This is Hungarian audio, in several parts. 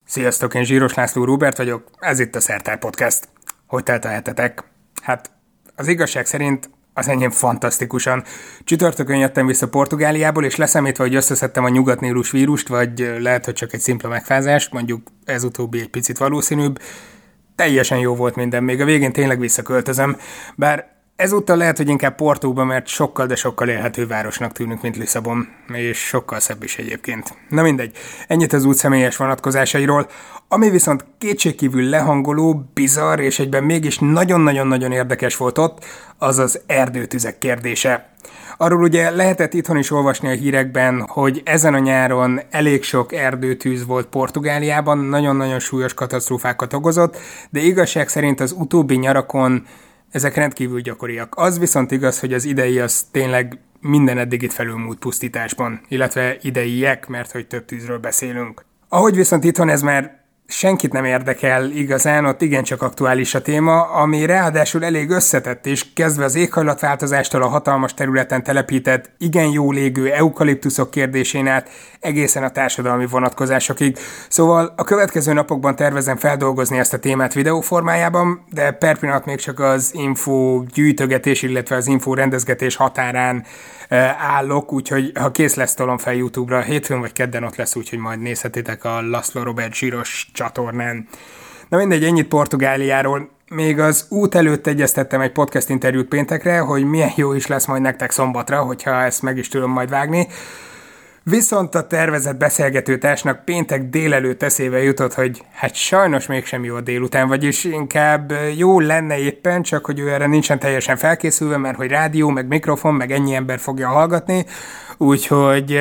Sziasztok, én Zsíros László Róbert vagyok, ez itt a Szertár Podcast. Hogy telt a hetetek? Hát az igazság szerint az enyém fantasztikusan. Csütörtökön jöttem vissza Portugáliából, és leszámítva, hogy összeszedtem a nyugatnélus vírust, vagy lehet, hogy csak egy szimpla megfázást, mondjuk ez utóbbi egy picit valószínűbb, teljesen jó volt minden, még a végén tényleg visszaköltözöm, bár ezúttal lehet, hogy inkább Portóba, mert sokkal, de sokkal élhető városnak tűnünk, mint Lisszabon, és sokkal szebb is egyébként. Na mindegy, ennyit az út személyes vonatkozásairól, ami viszont kétségkívül lehangoló, bizarr, és egyben mégis nagyon-nagyon-nagyon érdekes volt ott, az az erdőtüzek kérdése. Arról ugye lehetett itthon is olvasni a hírekben, hogy ezen a nyáron elég sok erdőtűz volt Portugáliában, nagyon-nagyon súlyos katasztrófákat okozott, de igazság szerint az utóbbi nyarakon ezek rendkívül gyakoriak. Az viszont igaz, hogy az idei az tényleg minden eddigit felülmúlt pusztításban, illetve ideiek, mert hogy több tűzről beszélünk. Ahogy viszont itthon ez már senkit nem érdekel igazán, ott igencsak aktuális a téma, ami ráadásul elég összetett, és kezdve az éghajlatváltozástól a hatalmas területen telepített, igen jó légő eukaliptuszok kérdésén át, egészen a társadalmi vonatkozásokig. Szóval a következő napokban tervezem feldolgozni ezt a témát videóformájában, de per pillanat még csak az info gyűjtögetés, illetve az info rendezgetés határán állok, úgyhogy ha kész lesz, tolom fel YouTube-ra, hétfőn vagy kedden ott lesz, úgyhogy majd nézhetitek a László Róbert Zsíros csatornán. Na mindegy, ennyit Portugáliáról. Még az út előtt egyeztettem egy podcast interjút péntekre, hogy milyen jó is lesz majd nektek szombatra, hogyha ezt meg is tudom majd vágni. Viszont a tervezett beszélgetőtársnak péntek délelőtt eszébe jutott, hogy hát sajnos mégsem jó a délután, vagyis inkább jó lenne éppen, csak hogy ő erre nincsen teljesen felkészülve, mert hogy rádió, meg mikrofon, meg ennyi ember fogja hallgatni, úgyhogy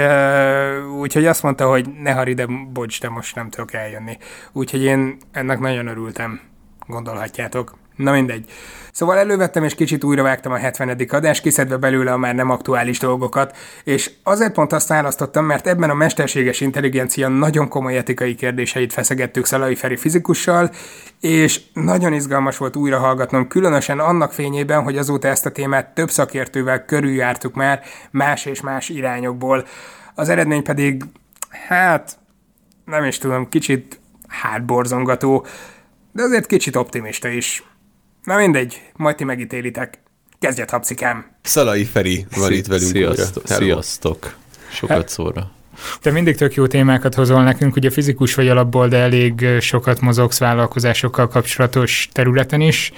azt mondta, hogy ne harry, de bocs, de most nem tudok eljönni. Úgyhogy én ennek nagyon örültem, gondolhatjátok. Na mindegy. Szóval elővettem és kicsit újra vágtam a 70. adást, kiszedve belőle a már nem aktuális dolgokat, és azért pont azt választottam, mert ebben a mesterséges intelligencia nagyon komoly etikai kérdéseit feszegettük Szalai Feri fizikussal, és nagyon izgalmas volt újra hallgatnom, különösen annak fényében, hogy azóta ezt a témát több szakértővel körüljártuk már más és más irányokból. Az eredmény pedig, hát nem is tudom, kicsit hátborzongató, de azért kicsit optimista is. Na mindegy, majd ti megítélitek. Kezdjed, Habszikám! Szalai Feri van itt velünk újra. Sziasztok! Sokat szóra. Te mindig tök jó témákat hozol nekünk, ugye fizikus vagy alapból, de elég sokat mozogsz vállalkozásokkal kapcsolatos területen is,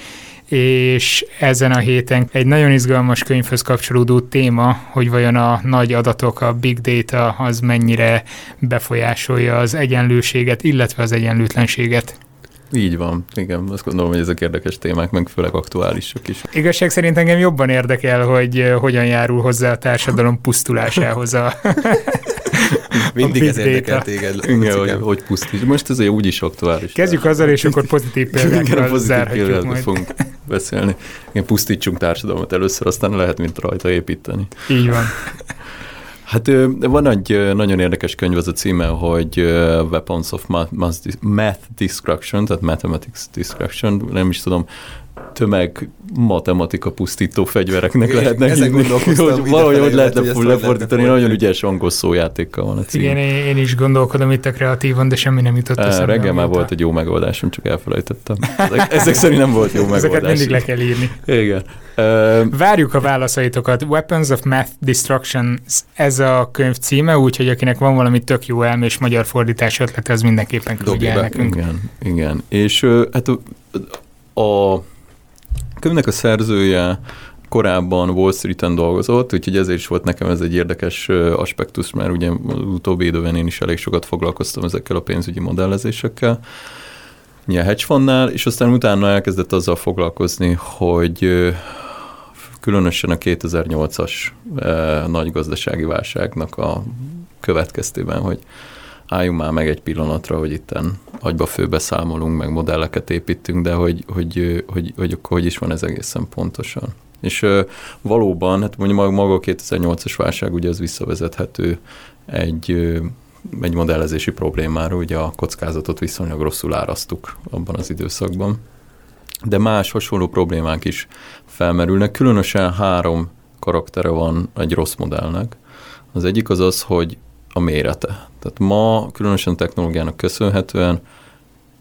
és ezen a héten egy nagyon izgalmas könyvhöz kapcsolódó téma, hogy vajon a nagy adatok, a big data az mennyire befolyásolja az egyenlőséget, illetve az egyenlőtlenséget. Így van, igen, azt gondolom, hogy ezek érdekes témák, meg főleg aktuálisak is. Igazság szerint engem jobban érdekel, hogy hogyan járul hozzá a társadalom pusztulásához a mindig ez érdekel téged. Igen, hogy pusztíts. Most ez úgyis aktuális. Kezdjük azzal, és akkor pozitív példákról zárhatjuk majd. Fogunk beszélni. Igen, pusztítsunk társadalmat először, aztán lehet mint rajta építeni. Így van. Hát van egy nagyon érdekes könyv, az a címe, hogy Weapons of Math Destruction, tehát Mathematics Destruction, nem is tudom, tömeg matematika pusztító fegyvereknek lehetnek hívni, hogy valahogy lehetne lefordítani, nagyon ügyes angol szójátékkal van a cím. Igen, én is gondolkodom itt a kreatívan, de semmi nem jutott eszembe. Reggel már volt egy jó megoldásom, csak elfelejtettem. Ezek szerint nem volt jó megoldás. Ezeket mindig le kell írni. Igen. Várjuk a válaszaitokat. Weapons of Math Destruction, ez a könyv címe, úgyhogy akinek van valami tök jó elmés magyar fordítás ötlete, az mindenképpen küldje el nekünk. Igen. És hát a könyvnek a szerzője korábban Wall Street-en dolgozott, úgyhogy ezért is volt nekem ez egy érdekes aspektus, mert ugye az utóbbi időben én is elég sokat foglalkoztam ezekkel a pénzügyi modellezésekkel, a hedge fundnál, és aztán utána elkezdett azzal foglalkozni, hogy különösen a 2008-as nagy gazdasági válságnak a következtében, hogy álljunk már meg egy pillanatra, hogy itten agyba főbe számolunk, meg modelleket építünk, de hogy is van ez egészen pontosan. És valóban, hát mondjuk maga a 2008-as válság, ugye az visszavezethető egy modellezési problémára, ugye a kockázatot viszonylag rosszul áraztuk abban az időszakban. De más hasonló problémák is felmerülnek, különösen 3 karaktere van egy rossz modellnek. Az egyik az az, hogy a mérete. Tehát ma különösen technológiának köszönhetően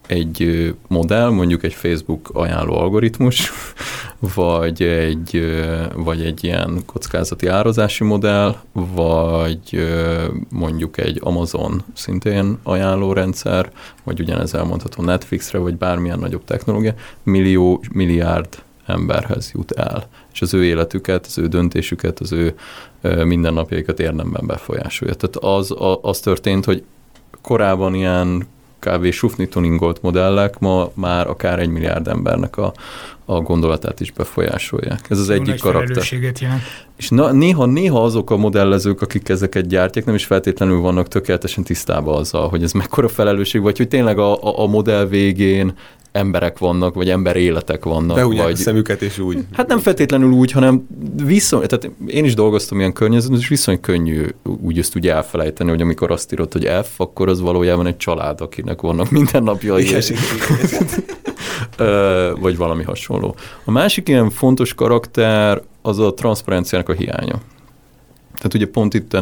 egy modell, mondjuk egy Facebook ajánló algoritmus, vagy egy ilyen kockázati árazási modell, vagy mondjuk egy Amazon szintén ajánlórendszer, vagy ugyanez elmondható Netflixre, vagy bármilyen nagyobb technológia, milliárd emberhez jut el, és az ő életüket, az ő döntésüket, az ő mindennapjaikat érdemben befolyásolja. Tehát az történt, hogy korábban ilyen kb. Sufni tuningolt modellek ma már akár 1 milliárd embernek a gondolatát is befolyásolják. Ez az egyik karakter. És néha azok a modellezők, akik ezeket gyártják, nem is feltétlenül vannak tökéletesen tisztában azzal, hogy ez mekkora felelősség, vagy hogy tényleg a modell végén emberek vannak, vagy emberéletek vannak. Behúgyják vagy a szemüket, és úgy. Hát nem feltétlenül úgy, hanem tehát én is dolgoztam ilyen környezetben, és viszonylag könnyű úgy elfelejteni, hogy amikor azt írod, hogy F, akkor az valójában egy család, akinek vannak mindennapjai. Vagy valami hasonló. A másik ilyen fontos karakter az a transzparenciának a hiánya. Tehát ugye pont itt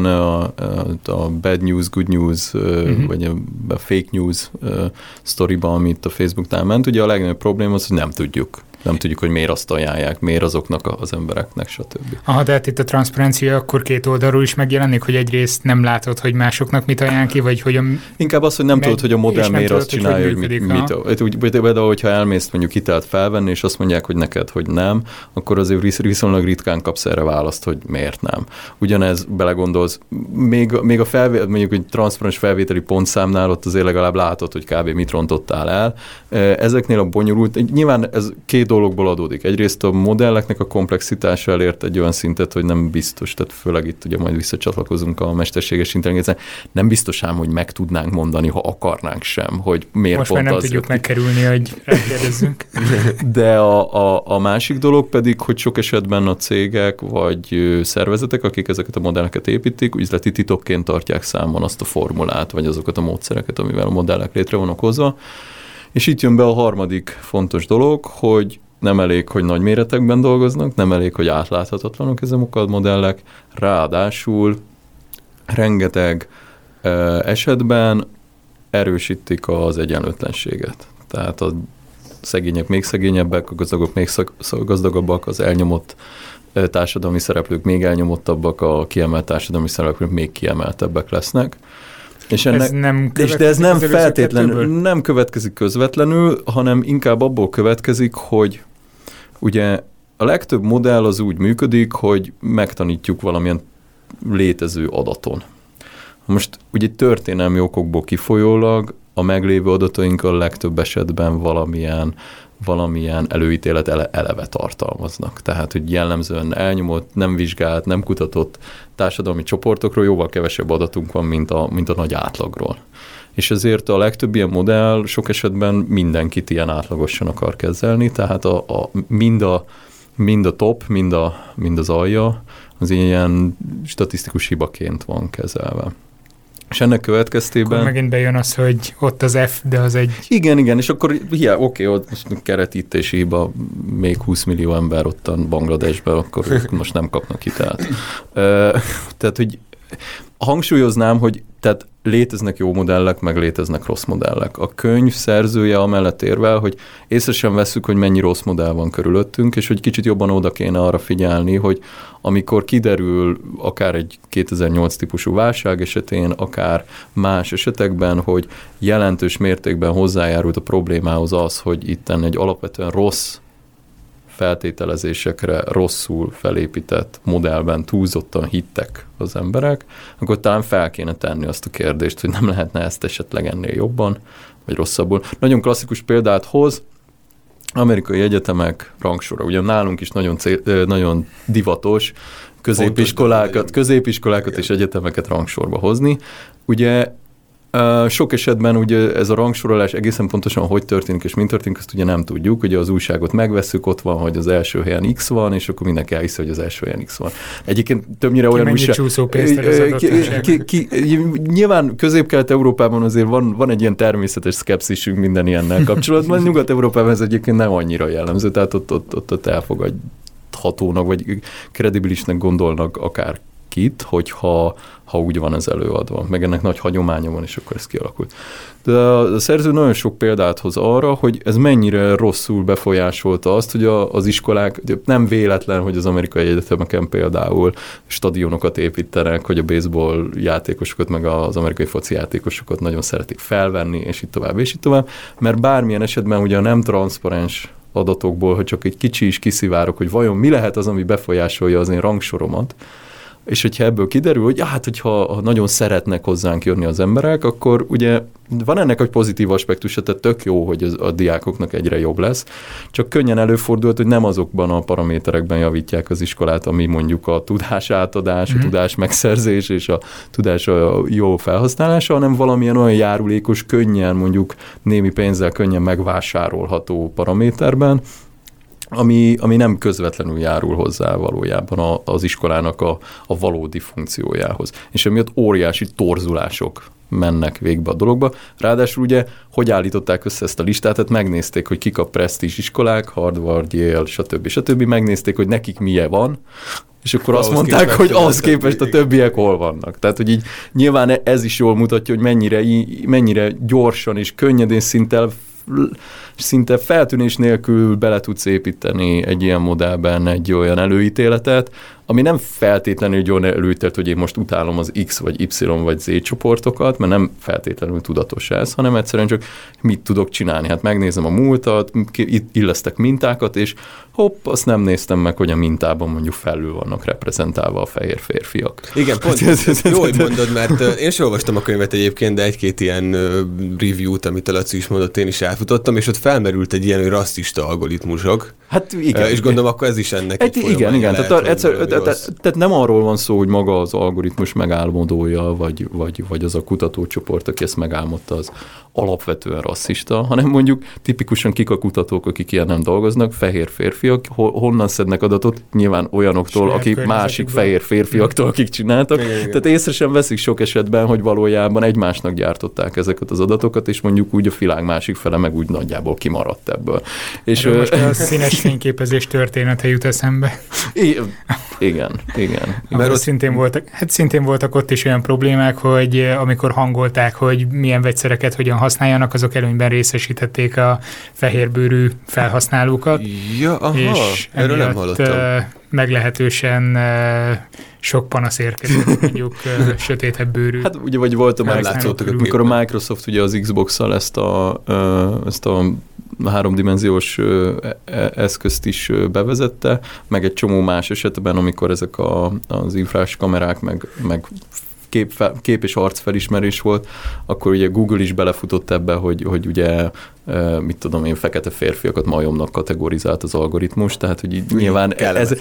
a bad news, good news, vagy a fake news sztoriban, amit a Facebooknál ment, ugye a legnagyobb probléma az, hogy nem tudjuk, hogy miért azt ajánlják, miért azoknak az embereknek, stb. Aha, de hát itt a transzparencia akkor két oldalról is megjelenik, hogy egyrészt nem látod, hogy másoknak mit ajánl ki, vagy hogy inkább az, hogy nem tudod, hogy a modell miért azt csinálja, hogy mit. Például, hogyha elmész mondjuk hitelt felvenni, és azt mondják, hogy neked, hogy nem, akkor azért viszonylag ritkán kapsz erre választ, hogy miért nem. Ugyanez belegondolsz, még a mondjuk egy transzparens felvételi pontszámnál ott azért legalább látod, hogy kb. Mit rontottál el. Ezeknél a bonyolult, nyilván ez két dologból adódik. Egyrészt a modelleknek a komplexitása elért egy olyan szintet, hogy nem biztos, tehát főleg itt ugye majd visszacsatlakozunk a mesterséges intelligenciára, nem biztos ám, hogy meg tudnánk mondani, ha akarnánk sem, hogy miért most pont már nem az tudjuk megkerülni, hogy rákérdezzünk. De a másik dolog pedig, hogy sok esetben a cégek vagy szervezetek, akik ezeket a modelleket építik, üzleti titokként tartják számon azt a formulát, vagy azokat a módszereket, amivel a modellek létre vannak hozva. És itt jön be a harmadik fontos dolog, hogy nem elég, hogy nagy méretekben dolgoznak, nem elég, hogy átláthatatlanok ezek a modellek, ráadásul rengeteg esetben erősítik az egyenlőtlenséget. Tehát a szegények még szegényebbek, a gazdagok még gazdagabbak, az elnyomott társadalmi szereplők még elnyomottabbak, a kiemelt társadalmi szereplők még kiemeltebbek lesznek. És ez nem feltétlenül nem következik közvetlenül, hanem inkább abból következik, hogy ugye a legtöbb modell az úgy működik, hogy megtanítjuk valamilyen létező adaton. Most ugye történelmi okokból kifolyólag a meglévő adataink a legtöbb esetben valamilyen előítélet eleve tartalmaznak. Tehát, hogy jellemzően elnyomott, nem vizsgált, nem kutatott társadalmi csoportokról jóval kevesebb adatunk van, mint a nagy átlagról. És ezért a legtöbb ilyen modell sok esetben mindenkit ilyen átlagosan akar kezelni, tehát mind a top, mind az alja az ilyen statisztikus hibaként van kezelve. És ennek következtében... Akkor megint bejön az, hogy ott az F, de az egy... Igen, és akkor ott most keretítési hiba, még 20 millió ember ottan Bangladesben, akkor ők most nem kapnak hitelt. Tehát, hogy hangsúlyoznám, hogy tehát léteznek jó modellek, meg léteznek rossz modellek. A könyv szerzője amellett érvel, hogy észre sem vesszük, hogy mennyi rossz modell van körülöttünk, és hogy kicsit jobban oda kéne arra figyelni, hogy amikor kiderül akár egy 2008 típusú válság esetén, akár más esetekben, hogy jelentős mértékben hozzájárult a problémához az, hogy itten egy alapvetően rossz feltételezésekre rosszul felépített modellben túlzottan hittek az emberek, akkor talán fel kéne tenni azt a kérdést, hogy nem lehetne ezt esetleg ennél jobban, vagy rosszabbul. Nagyon klasszikus példát hoz, amerikai egyetemek rangsora. Ugye nálunk is nagyon divatos középiskolákat és egyetemeket rangsorba hozni. Ugye sok esetben ugye ez a rangsorolás egészen pontosan hogy történik és mint történik, azt ugye nem tudjuk. Ugye az újságot megvesszük, ott van, hogy az első helyen X van, és akkor mindenki elhiszi, hogy az első helyen X van. Egyébként többnyire olyan újság... Nyilván Közép-Kelet-Európában azért van egy ilyen természetes szkepszisünk minden ilyennel kapcsolatban. Nyugat-Európában ez egyébként nem annyira jellemző, tehát ott elfogadhatónak, vagy kredibilisnek gondolnak akár kit, hogyha úgy van ez előadva, meg ennek nagy hagyománya van, és akkor ez kialakult. De a szerző nagyon sok példát hoz arra, hogy ez mennyire rosszul befolyásolta azt, hogy az iskolák, nem véletlen, hogy az amerikai egyetemeken például stadionokat építenek, hogy a baseball játékosokat, meg az amerikai foci játékosokat nagyon szeretik felvenni, és így tovább, mert bármilyen esetben ugye a nem transzparens adatokból, hogy csak egy kicsi is kiszivárok, hogy vajon mi lehet az, ami befolyásolja az én rangsoromat, és hogyha ebből kiderül, hogy hogyha nagyon szeretnek hozzánk jönni az emberek, akkor ugye van ennek egy pozitív aspektusa, tehát tök jó, hogy a diákoknak egyre jobb lesz, csak könnyen előfordult, hogy nem azokban a paraméterekben javítják az iskolát, ami mondjuk a tudás átadás, a tudás megszerzés és a tudás a jó felhasználása, hanem valamilyen olyan járulékos, könnyen mondjuk némi pénzzel könnyen megvásárolható paraméterben, ami nem közvetlenül járul hozzá valójában az iskolának a valódi funkciójához. És emiatt óriási torzulások mennek végbe a dologba. Ráadásul ugye, hogy állították össze ezt a listát, tehát megnézték, hogy kik a presztízs iskolák, Harvard, Yale, stb. Megnézték, hogy nekik milyen van, és akkor azt mondták, hogy ahhoz képest a többiek hol vannak. Tehát, hogy így nyilván ez is jól mutatja, hogy mennyire gyorsan és könnyedén szinte feltűnés nélkül bele tudsz építeni egy ilyen modellben egy olyan előítéletet, ami nem feltétlenül egy olyan előítélet, hogy én most utálom az X vagy Y vagy Z csoportokat, mert nem feltétlenül tudatos ez, hanem egyszerűen csak mit tudok csinálni. Hát megnézem a múltat, illesztek mintákat, és hopp, azt nem néztem meg, hogy a mintában mondjuk felül vannak reprezentálva a fehér férfiak. Igen, pont jó, hogy mondod, mert én is olvastam a könyvet egyébként, de egy-két ilyen review-t, amit a Laci is mondott, én is elfutottam, és ott felmerült egy ilyen rasszista algoritmusok. Hát igen. És gondolom, akkor ez is ennek egy igen. Tehát nem arról van szó, hogy maga az algoritmus megálmodója, vagy az a kutatócsoport, aki ezt megálmodta, az alapvetően rasszista, hanem mondjuk tipikusan kik a kutatók, akik ilyen nem dolgoznak, fehér férfiak, honnan szednek adatot? Nyilván olyanoktól, akik másik fehér férfiaktól, akik csináltak. Igen. Tehát észre sem veszik sok esetben, hogy valójában egymásnak gyártották ezeket az adatokat, és mondjuk úgy a világ másik fele meg úgy nagyjából kimaradt ebből. És most a színes fényképezés története jut eszembe. Igen. Mert ott szintén voltak ott is olyan problémák, hogy amikor hangolták, hogy milyen vegyszereket hogyan használjanak, azok előnyben részesítették a fehérbőrű felhasználókat. Ja, aha, és erről nem hallottam. Meglehetősen sok panasz érkezett, mondjuk sötétebb bőrű. Hát ugye vagy volt amikor a Microsoft ugye az Xbox-szal ezt a háromdimenziós eszközt is bevezette, meg egy csomó más esetben, amikor ezek az infrás kamerák meg kép és arcfelismerés volt, akkor ugye Google is belefutott ebbe, hogy ugye mit tudom én, fekete férfiakat majomnak kategorizált az algoritmus, tehát hogy nyilván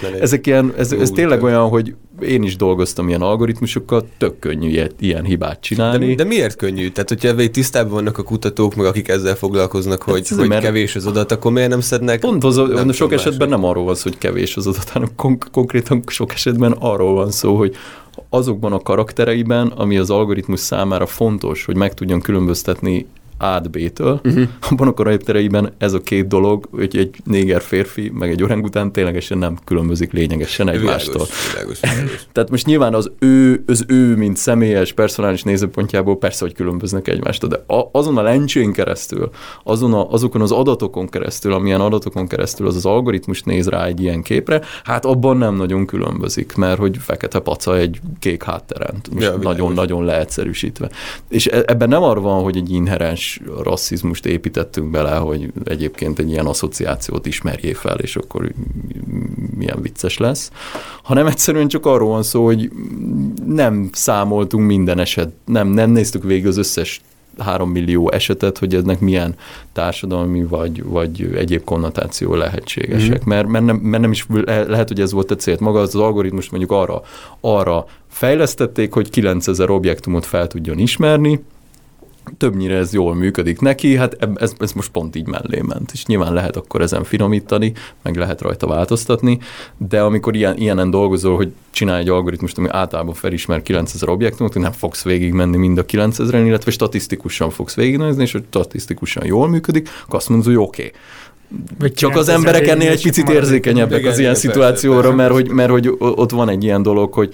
ez tényleg olyan, hogy én is dolgoztam ilyen algoritmusokkal, tök könnyű ilyen hibát csinálni. De miért könnyű? Tehát, hogyha ebben tisztában vannak a kutatók, meg akik ezzel foglalkoznak, hogy kevés az adat, akkor miért nem szednek? Pont sok esetben nem arról van szó, hogy kevés az adat, hanem konkrétan sok esetben arról van szó, hogy azokban a karaktereiben, ami az algoritmus számára fontos, hogy meg tudjon különböztetni A-t B-től, abban a karaktereiben ez a két dolog, hogy egy néger férfi, meg egy orangután ténylegesen nem különbözik lényegesen egymástól. Világos. Tehát most nyilván az ő, mint személyes, personális nézőpontjából persze, hogy különböznek egymástól, de azon a lencsén keresztül, azokon az adatokon keresztül, amilyen adatokon keresztül az algoritmus néz rá egy ilyen képre, hát abban nem nagyon különbözik, mert hogy fekete paca egy kék hátteren, most nagyon-nagyon leegyszerűsítve. És ebben nem arra van, hogy egy inherens rasszizmust építettünk bele, hogy egyébként egy ilyen asszociációt ismerjél fel, és akkor milyen vicces lesz, hanem egyszerűen csak arról van szó, hogy nem számoltunk minden eset, nem néztük végig az összes 3 millió esetet, hogy ennek milyen társadalmi vagy egyéb konnotáció lehetségesek. Mert nem is lehet, hogy ez volt a cél. Maga az algoritmus mondjuk arra fejlesztették, hogy 9000 objektumot fel tudjon ismerni, többnyire ez jól működik neki, hát ez most pont így mellé ment. És nyilván lehet akkor ezen finomítani, meg lehet rajta változtatni, de amikor ilyenen dolgozol, hogy csinálj egy algoritmust, ami általában felismer 9000 objektumot, nem fogsz végigmenni mind a 9000-en, illetve statisztikusan fogsz végignézni, és hogy statisztikusan jól működik, akkor azt mondod, hogy oké. Csak az emberek ennél egy picit érzékenyebbek az ilyen szituációra, mert hogy ott van egy ilyen dolog, hogy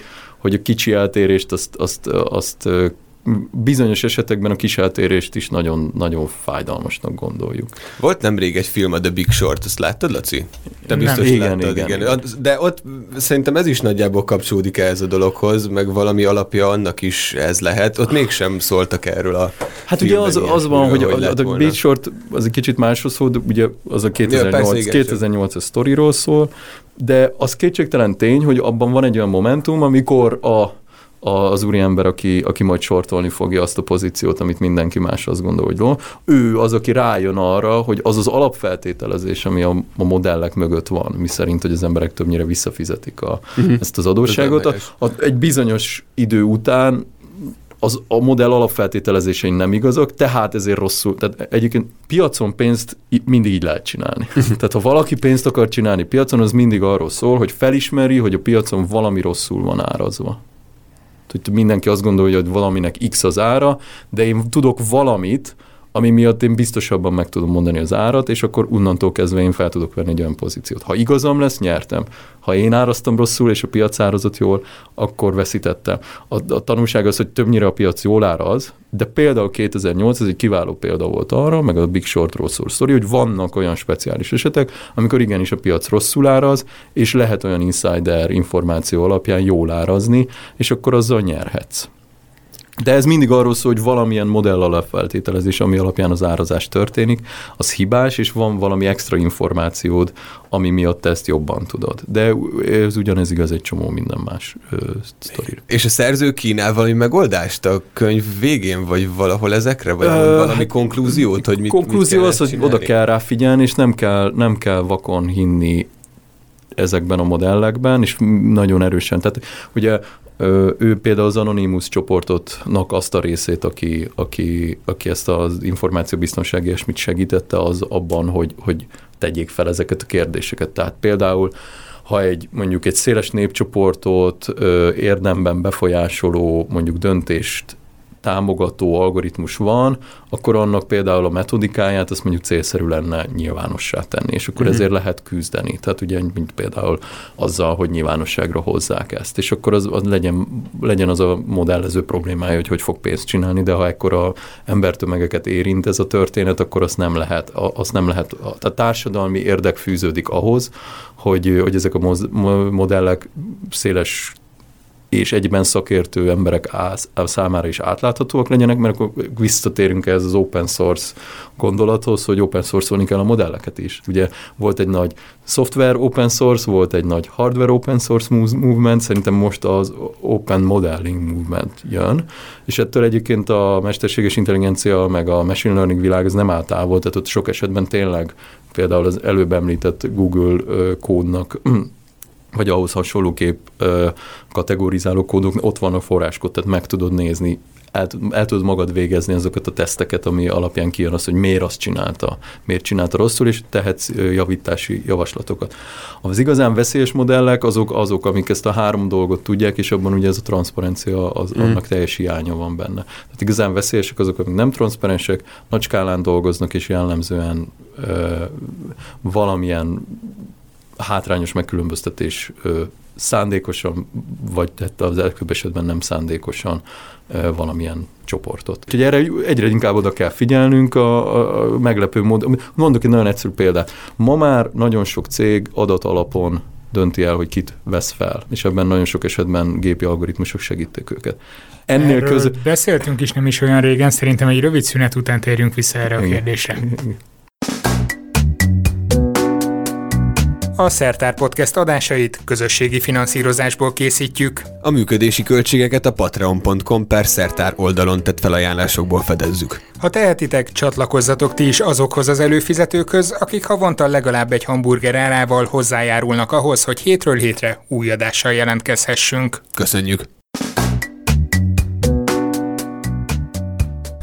hogy a kicsi eltérést azt bizonyos esetekben a kis eltérést is nagyon, nagyon fájdalmasnak gondoljuk. Volt nemrég egy film, a The Big Short, azt láttad, Laci? Te biztos láttad, igen. De ott szerintem ez is nagyjából kapcsolódik ez a dologhoz, meg valami alapja annak is ez lehet. Ott mégsem szóltak erről a hát ugye az van, hogy a The Big Short az egy kicsit másról szól, de ugye az a 2008-as sztoriról szól, de az kétségtelen tény, hogy abban van egy olyan momentum, amikor az úriember, aki majd sortolni fogja azt a pozíciót, amit mindenki más azt gondol, hogy ő az, aki rájön arra, hogy az az alapfeltételezés, ami a modellek mögött van, miszerint, hogy az emberek többnyire visszafizetik ezt az adósságot. Egy bizonyos idő után a modell alapfeltételezései nem igazak, tehát ezért rosszul. Tehát egyébként piacon pénzt mindig így lehet csinálni. Tehát ha valaki pénzt akar csinálni piacon, az mindig arról szól, hogy felismeri, hogy a piacon valami rosszul van árazva. Hogy mindenki azt gondolja, hogy valaminek X az ára, de én tudok valamit, ami miatt én biztosabban meg tudom mondani az árat, és akkor onnantól kezdve én fel tudok venni egy olyan pozíciót. Ha igazam lesz, nyertem. Ha én áraztam rosszul, és a piac árazott jól, akkor veszítettem. A tanulság az, hogy többnyire a piac jól áraz, de például 2008 ez egy kiváló példa volt arra, meg a Big Shortról szól sztori, hogy vannak olyan speciális esetek, amikor igenis a piac rosszul áraz, és lehet olyan insider információ alapján jól árazni, és akkor azzal nyerhetsz. De ez mindig arról szól, hogy valamilyen modell alapfeltételezés, ami alapján az árazás történik, az hibás, és van valami extra információd, ami miatt te ezt jobban tudod. De ez ugyanez igaz egy csomó minden más sztorira. És a szerző kínál valami megoldást a könyv végén, vagy valahol ezekre? Vagy valami konklúziót, hogy mit konklúzió az, hogy oda kell rá figyelni, és nem kell vakon hinni ezekben a modellekben, és nagyon erősen. Tehát ugye ő például az Anonymous csoportotnak azt a részét, aki ezt az információbiztonsági ilyesmit segítette, az abban, hogy tegyék fel ezeket a kérdéseket. Tehát például, ha mondjuk egy széles népcsoportot érdemben befolyásoló mondjuk döntést támogató algoritmus van, akkor annak például a metodikáját azt mondjuk célszerű lenne nyilvánossá tenni, és akkor ezért lehet küzdeni. Tehát ugye mint például azzal, hogy nyilvánosságra hozzák ezt, és akkor az legyen az a modellező problémája, hogy fog pénzt csinálni, de ha ekkora embertömegeket érint ez a történet, akkor azt nem lehet. Tehát társadalmi érdek fűződik ahhoz, hogy ezek a modellek széles és egyben szakértő emberek számára is átláthatóak legyenek, mert akkor visszatérünk ez az open source gondolathoz, hogy open source-olni kell a modelleket is. Ugye volt egy nagy software open source, volt egy nagy hardware open source movement, szerintem most az open modeling movement jön, és ettől egyébként a mesterséges intelligencia meg a machine learning világ az nem áll távol, tehát ott sok esetben tényleg például az előbb említett Google kódnak vagy ahhoz hasonló kategorizáló kódok, ott van a forráskód, tehát meg tudod nézni, el tudod magad végezni azokat a teszteket, ami alapján kijön az, hogy miért csinálta rosszul, és tehetsz javítási javaslatokat. Az igazán veszélyes modellek azok, amik ezt a három dolgot tudják, és abban ugye ez a transzparencia, annak teljes hiánya van benne. Tehát igazán veszélyesek azok, amik nem transzparensek, nagy skálán dolgoznak, és jellemzően valamilyen hátrányos megkülönböztetés szándékosan, vagy az legtöbb esetben nem szándékosan valamilyen csoportot. Úgyhogy erre egyre inkább oda kell figyelnünk a meglepő módon. Mondok egy nagyon egyszerű példát. Ma már nagyon sok cég adat alapon dönti el, hogy kit vesz fel, és ebben nagyon sok esetben gépi algoritmusok segítik őket. Beszéltünk is nem is olyan régen, szerintem egy rövid szünet után térjünk vissza erre a kérdésre. A Szertár Podcast adásait közösségi finanszírozásból készítjük. A működési költségeket a patreon.com/szertár oldalon tett felajánlásokból fedezzük. Ha tehetitek, csatlakozzatok ti is azokhoz az előfizetőkhöz, akik havonta legalább egy hamburger árával hozzájárulnak ahhoz, hogy hétről hétre új adással jelentkezhessünk. Köszönjük!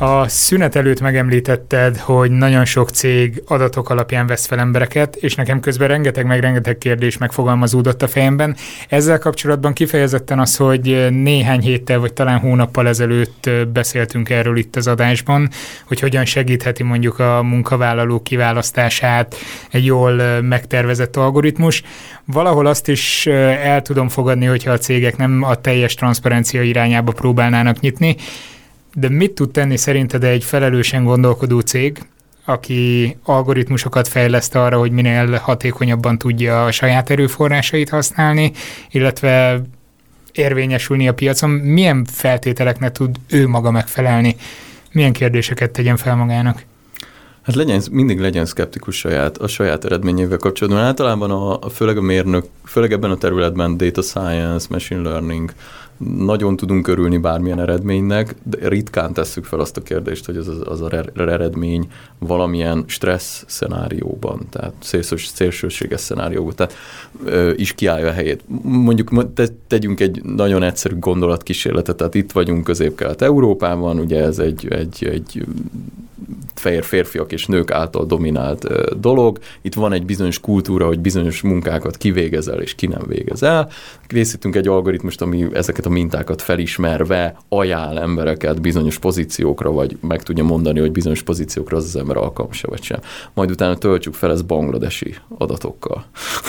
A szünet előtt megemlítetted, hogy nagyon sok cég adatok alapján vesz fel embereket, és nekem közben rengeteg kérdés megfogalmazódott a fejemben. Ezzel kapcsolatban kifejezetten az, hogy néhány héttel vagy talán hónappal ezelőtt beszéltünk erről itt az adásban, hogy hogyan segítheti mondjuk a munkavállalók kiválasztását egy jól megtervezett algoritmus. Valahol azt is el tudom fogadni, hogyha a cégek nem a teljes transzparencia irányába próbálnának nyitni, de mit tud tenni szerinted egy felelősen gondolkodó cég, aki algoritmusokat fejleszt arra, hogy minél hatékonyabban tudja a saját erőforrásait használni, illetve érvényesülni a piacon? Milyen feltételeknek tud ő maga megfelelni? Milyen kérdéseket tegyen fel magának? Hát mindig legyen szkeptikus a saját eredményével kapcsolatban. Általában főleg ebben a területben data science, machine learning, nagyon tudunk örülni bármilyen eredménynek, de ritkán tesszük fel azt a kérdést, hogy az eredmény valamilyen stressz szenárióban, tehát szélsőséges szenárióban, tehát is kiállja a helyét. Mondjuk tegyünk egy nagyon egyszerű gondolatkísérletet, tehát itt vagyunk Közép-Kelet-Európában, ugye ez egy fehér férfiak és nők által dominált dolog. Itt van egy bizonyos kultúra, hogy bizonyos munkákat kivégezel és ki nem végezel. Készítünk egy algoritmust, ami ezeket a mintákat felismerve ajánl embereket bizonyos pozíciókra, vagy meg tudja mondani, hogy bizonyos pozíciókra az ember alkalmas vagy sem. Majd utána töltsük fel ezt bangladesi adatokkal.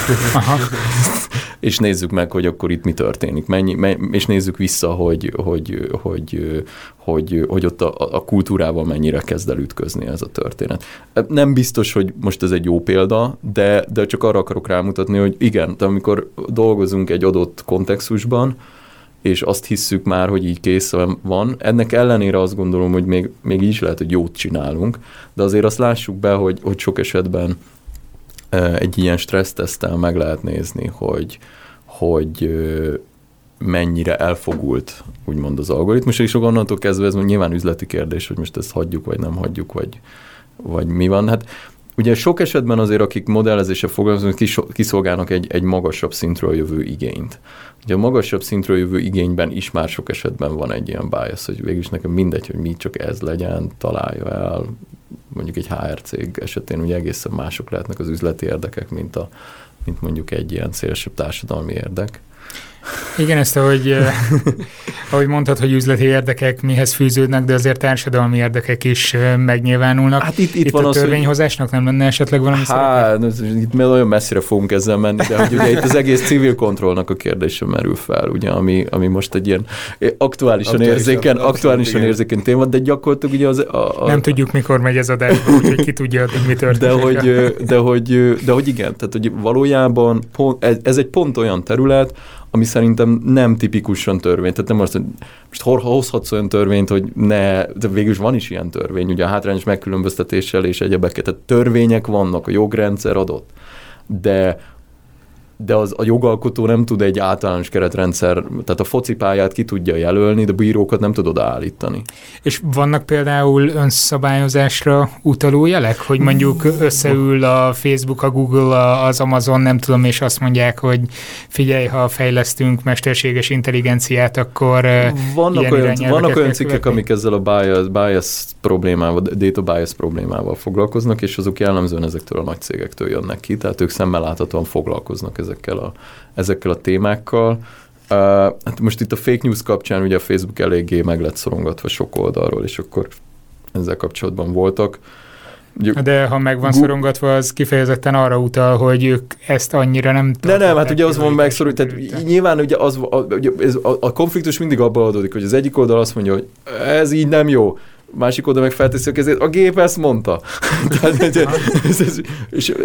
És nézzük meg, hogy akkor itt mi történik. És nézzük vissza, hogy ott a kultúrával mennyire kezd el ütközni ez a történet. Nem biztos, hogy most ez egy jó példa, de csak arra akarok rámutatni, hogy igen, de amikor dolgozunk egy adott kontextusban, és azt hisszük már, hogy így kész van, ennek ellenére azt gondolom, hogy még így is lehet, hogy jót csinálunk, de azért azt lássuk be, hogy sok esetben egy ilyen stresszteszttel meg lehet nézni, hogy mennyire elfogult, úgymond az algoritmus, és onnantól kezdve ez nyilván üzleti kérdés, hogy most ezt hagyjuk, vagy nem hagyjuk, vagy mi van. Hát ugye sok esetben azért, akik modellezéssel foglalkoznak, kiszolgálnak egy magasabb szintről jövő igényt. Ugye a magasabb szintről jövő igényben is már sok esetben van egy ilyen bias, hogy végülis nekem mindegy, hogy mi csak ez legyen, találja el, mondjuk egy HR cég esetén ugye egészen mások lehetnek az üzleti érdekek, mint mondjuk egy ilyen szélesebb társadalmi érdek. Igen, ezt ahogy mondtad, hogy üzleti érdekek mihez fűződnek, de azért társadalmi érdekek is megnyilvánulnak. Hát itt van a törvényhozásnak nem lenne esetleg valami szerepe? Itt nagyon messzire fogunk ezzel menni, de hogy ugye itt az egész civil kontrollnak a kérdése merül fel, ugye, ami most egy ilyen aktuálisan érzékeny téma, de gyakorlatilag ugye nem tudjuk, mikor megy ez adásba, úgyhogy ki tudja, hogy mi történik. De hogy igen, tehát hogy valójában ez egy pont olyan terület, ami szerintem nem tipikusan törvény. Tehát nem azt, hogy most hozhatsz olyan törvényt, hogy de végülis van is ilyen törvény, ugye a hátrányos megkülönböztetéssel és egyebeket. Tehát törvények vannak, a jogrendszer adott. De a jogalkotó nem tud egy általános keretrendszer, tehát a focipályát ki tudja jelölni, de a bírókat nem tud odaállítani. És vannak például önszabályozásra utaló jelek, hogy mondjuk összeül a Facebook, a Google, az Amazon, nem tudom, és azt mondják, hogy figyelj, ha fejlesztünk mesterséges intelligenciát, akkor vannak olyan cikkek, amik ezzel a bias problémával, data bias problémával foglalkoznak, és azok jellemzően ezektől a nagy cégektől jönnek ki, tehát ők szemmel láthatóan foglalkoznak ezekkel a témákkal. Hát most itt a fake news kapcsán ugye a Facebook eléggé meg lett szorongatva sok oldalról, és akkor ezzel kapcsolatban voltak. De ha meg van szorongatva, az kifejezetten arra utal, hogy ők ezt annyira nem... Nem, hát ugye az van megszorult, tehát nyilván ugye a konfliktus mindig abban adódik, hogy az egyik oldal azt mondja, hogy ez így nem jó, másik oda meg felteszi a kezét, a gép ezt mondta. És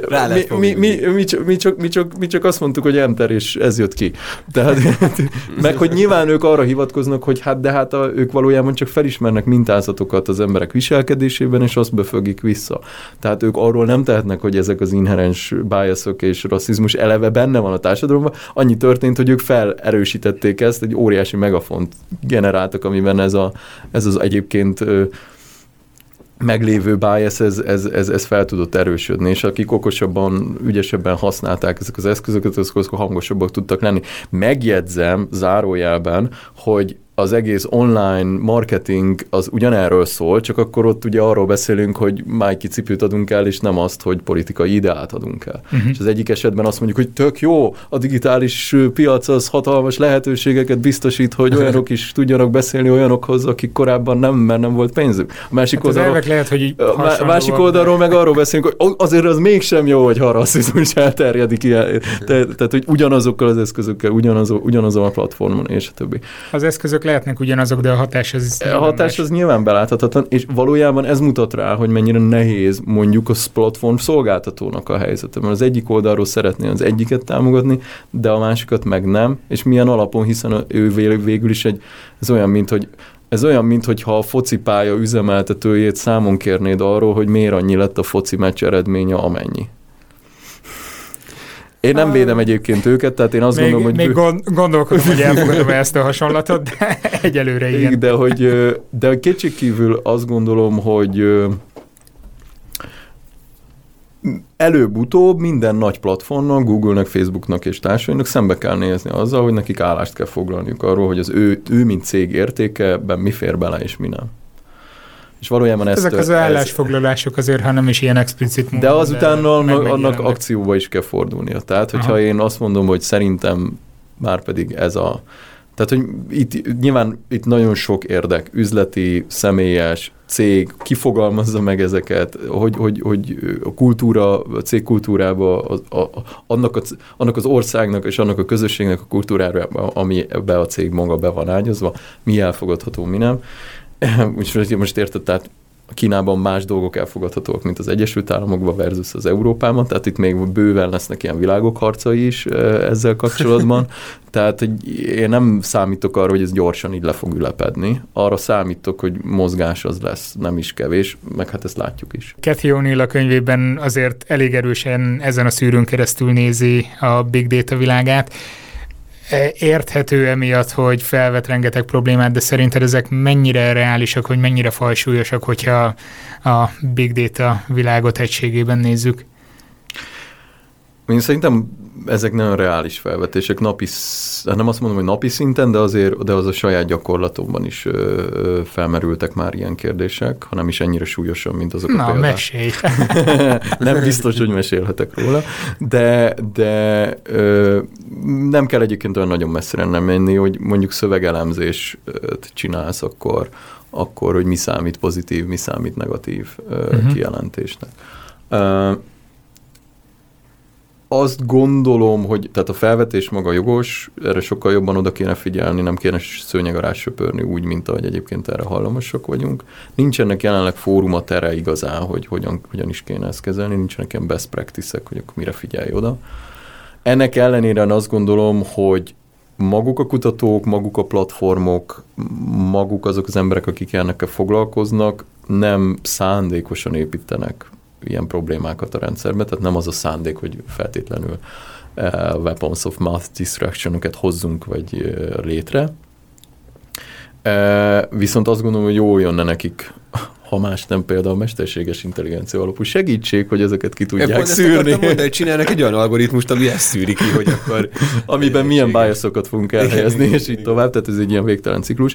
mi csak azt mondtuk, hogy enter, és ez jött ki. Tehát, meg hogy nyilván ők arra hivatkoznak, hogy ők valójában csak felismernek mintázatokat az emberek viselkedésében, és azt befögik vissza. Tehát ők arról nem tehetnek, hogy ezek az inherens biasok és rasszizmus eleve benne van a társadalomban. Annyi történt, hogy ők felerősítették ezt, egy óriási megafont generáltak, amiben ez az egyébként meglévő bias, ez fel tudott erősödni, és akik okosabban, ügyesebben használták ezek az eszközöket, azok hangosabbak tudtak lenni. Megjegyzem zárójelben, hogy az egész online marketing az ugyanerről szól, csak akkor ott ugye arról beszélünk, hogy Nike cipőt adunk el, és nem azt, hogy politikai ideát adunk el. És az egyik esetben azt mondjuk, hogy tök jó, a digitális piac az hatalmas lehetőségeket biztosít, hogy olyanok is tudjanak beszélni olyanokhoz, akik korábban nem, mert nem volt pénzük. A másik oldalról meg arról beszélünk, hogy azért az mégsem jó, hogy ha rasszizmus elterjedik ilyen. Tehát, hogy ugyanazokkal az eszközökkel, ugyanazon a platformon, és a többi. Az eszközök lehetnek ugyanazok, de a hatás az nyilván beláthatatlan, és valójában ez mutat rá, hogy mennyire nehéz mondjuk a platform szolgáltatónak a helyzete, mert az egyik oldalról szeretné az egyiket támogatni, de a másikat meg nem, és milyen alapon, hiszen ő végül is ez olyan, mintha a focipálya üzemeltetőjét számon kérnéd arról, hogy miért annyi lett a foci meccs eredménye, amennyi. Én nem védem egyébként őket, tehát én azt gondolom, hogy... Még gondolkodom, hogy elfogadom ezt a hasonlatot, de egyelőre igen. De kétségkívül azt gondolom, hogy előbb-utóbb minden nagy platformnak, Google-nek, Facebook-nak és társainak szembe kell nézni azzal, hogy nekik állást kell foglalniuk arról, hogy az ő mint cég értékeben mi fér bele és mi nem. És valójában ezek az állásfoglalások azért, ha nem is ilyen explicit módon. De azután annak akcióba is kell fordulnia. Tehát, hogyha én azt mondom, hogy szerintem már pedig ez a... Tehát, hogy nyilván itt nagyon sok érdek, üzleti, személyes, cég kifogalmazza meg ezeket, hogy a kultúra, a cég kultúrába, annak az országnak és annak a közösségnek a kultúrába, ami ebbe a cég maga be van ágyazva, mi elfogadható, mi nem. Most érted, tehát Kínában más dolgok elfogadhatóak, mint az Egyesült Államokban versus az Európában, tehát itt még bőven lesznek ilyen világok harcai is ezzel kapcsolatban. Tehát én nem számítok arra, hogy ez gyorsan így le fog ülepedni. Arra számítok, hogy mozgás az lesz, nem is kevés, meg hát ezt látjuk is. Cathy O'Neil a könyvében azért elég erősen ezen a szűrőn keresztül nézi a big data világát. Érthető emiatt, hogy felvet rengeteg problémát, de szerinted ezek mennyire reálisak, hogy mennyire fajsúlyosak, hogyha a big data világot egységében nézzük? Én szerintem ezek nagyon reális felvetések, nem azt mondom, hogy napi szinten, de az a saját gyakorlatomban is felmerültek már ilyen kérdések, hanem is ennyire súlyosan, mint azok a példák. Na, mesélj! Nem biztos, hogy mesélhetek róla, de nem kell egyébként olyan nagyon messzire nem menni, hogy mondjuk szövegelemzést csinálsz, akkor hogy mi számít pozitív, mi számít negatív kijelentésnek. Azt gondolom, hogy tehát a felvetés maga jogos, erre sokkal jobban oda kéne figyelni, nem kéne szőnyeg alá söpörni úgy, mint ahogy egyébként erre hallamosak vagyunk. Nincsenek jelenleg fóruma tere igazán, hogy hogyan is kéne ezt kezelni, nincsenek ilyen best practice-ek, hogy akkor mire figyelj oda. Ennek ellenére azt gondolom, hogy maguk a kutatók, maguk a platformok, maguk azok az emberek, akik ennek foglalkoznak, nem szándékosan építenek ilyen problémákat a rendszerbe, tehát nem az a szándék, hogy feltétlenül weapons of mass destruction-öket hozzunk vagy létre. Viszont azt gondolom, hogy jól jönne nekik, ha más nem például a mesterséges intelligencia alapú segítség, hogy ezeket ki tudják szűrni. Hogy csinálnak egy olyan algoritmust, ami ezt szűri ki, hogy akkor... Amiben milyen biasokat fogunk elhelyezni, és így tovább, tehát ez egy ilyen végtelen ciklus.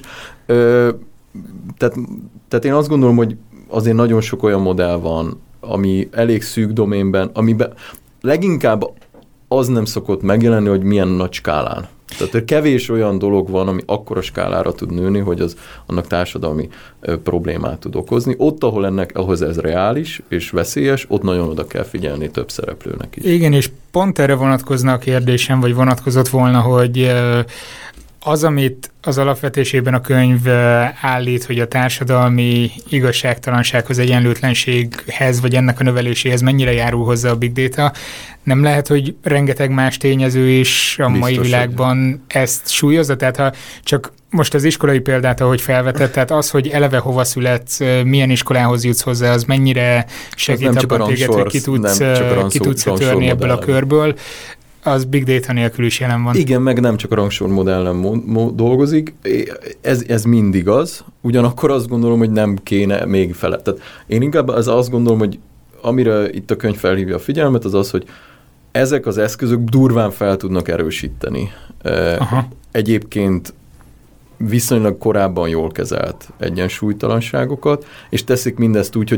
Tehát én azt gondolom, hogy azért nagyon sok olyan modell van, ami elég szűk doménben, amiben leginkább az nem szokott megjelenni, hogy milyen nagy skálán. Tehát kevés olyan dolog van, ami akkora skálára tud nőni, hogy az annak társadalmi problémát tud okozni. Ott, ahhoz ez reális és veszélyes, ott nagyon oda kell figyelni több szereplőnek is. Igen, és pont erre vonatkozna a kérdésem, vagy vonatkozott volna, hogy az, amit az alapvetésében a könyv állít, hogy a társadalmi igazságtalansághoz, egyenlőtlenséghez, vagy ennek a növeléséhez mennyire járul hozzá a big data, nem lehet, hogy rengeteg más tényező is a mai világban ezt súlyozza? Tehát ha csak most az iskolai példát, ahogy felvetett, tehát az, hogy eleve hova születsz, milyen iskolához jutsz hozzá, az mennyire segít abban téged, hogy ki tudsz törni ebből a körből, az big data nélkül is jelen van. Igen, meg nem csak a rangsormodellen dolgozik, ez mindig az, ugyanakkor azt gondolom, hogy nem kéne még fele. Tehát én inkább azt gondolom, hogy amire itt a könyv felhívja a figyelmet, az az, hogy ezek az eszközök durván fel tudnak erősíteni. Egyébként viszonylag korábban jól kezelt egyensúlytalanságokat, és teszik mindezt úgy, hogy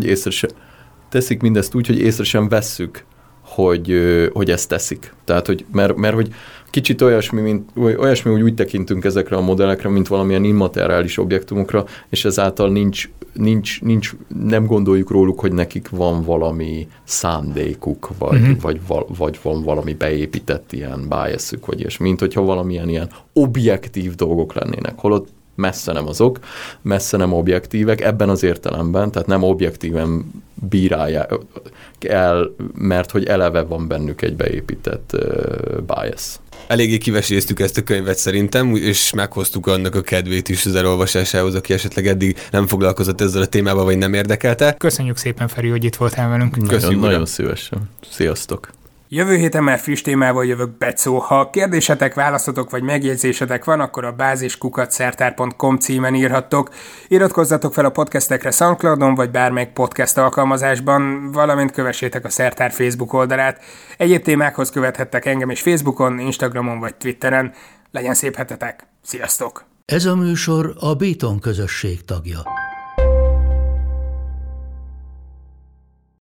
észre sem vesszük, hogy ezt teszik. Tehát, hogy, mert hogy kicsit olyasmi, hogy úgy tekintünk ezekre a modellekre, mint valamilyen immateriális objektumokra, és ezáltal nem gondoljuk róluk, hogy nekik van valami szándékuk, vagy van valami beépített ilyen biasük, vagy ilyesmi, mint hogyha valamilyen ilyen objektív dolgok lennének. Holott messze nem azok, messze nem objektívek ebben az értelemben, tehát nem objektíven bírálják el, mert hogy eleve van bennük egy beépített bias. Eléggé kiveséztük ezt a könyvet szerintem, és meghoztuk annak a kedvét is az elolvasásához, aki esetleg eddig nem foglalkozott ezzel a témával, vagy nem érdekelte. Köszönjük szépen, Feri, hogy itt voltál velünk. Köszönjük. Nagyon szívesen. Sziasztok! Jövő héten már friss témával jövök, Becó. Ha kérdésetek, válaszotok vagy megjegyzésetek van, akkor a bázis@szertár.com címen írhattok. Iratkozzatok fel a podcastekre SoundCloudon vagy bármelyik podcast alkalmazásban, valamint kövessétek a Szertár Facebook oldalát. Egyéb témákhoz követhettek engem is Facebookon, Instagramon vagy Twitteren. Legyen szép hetetek! Sziasztok! Ez a műsor a Béton közösség tagja.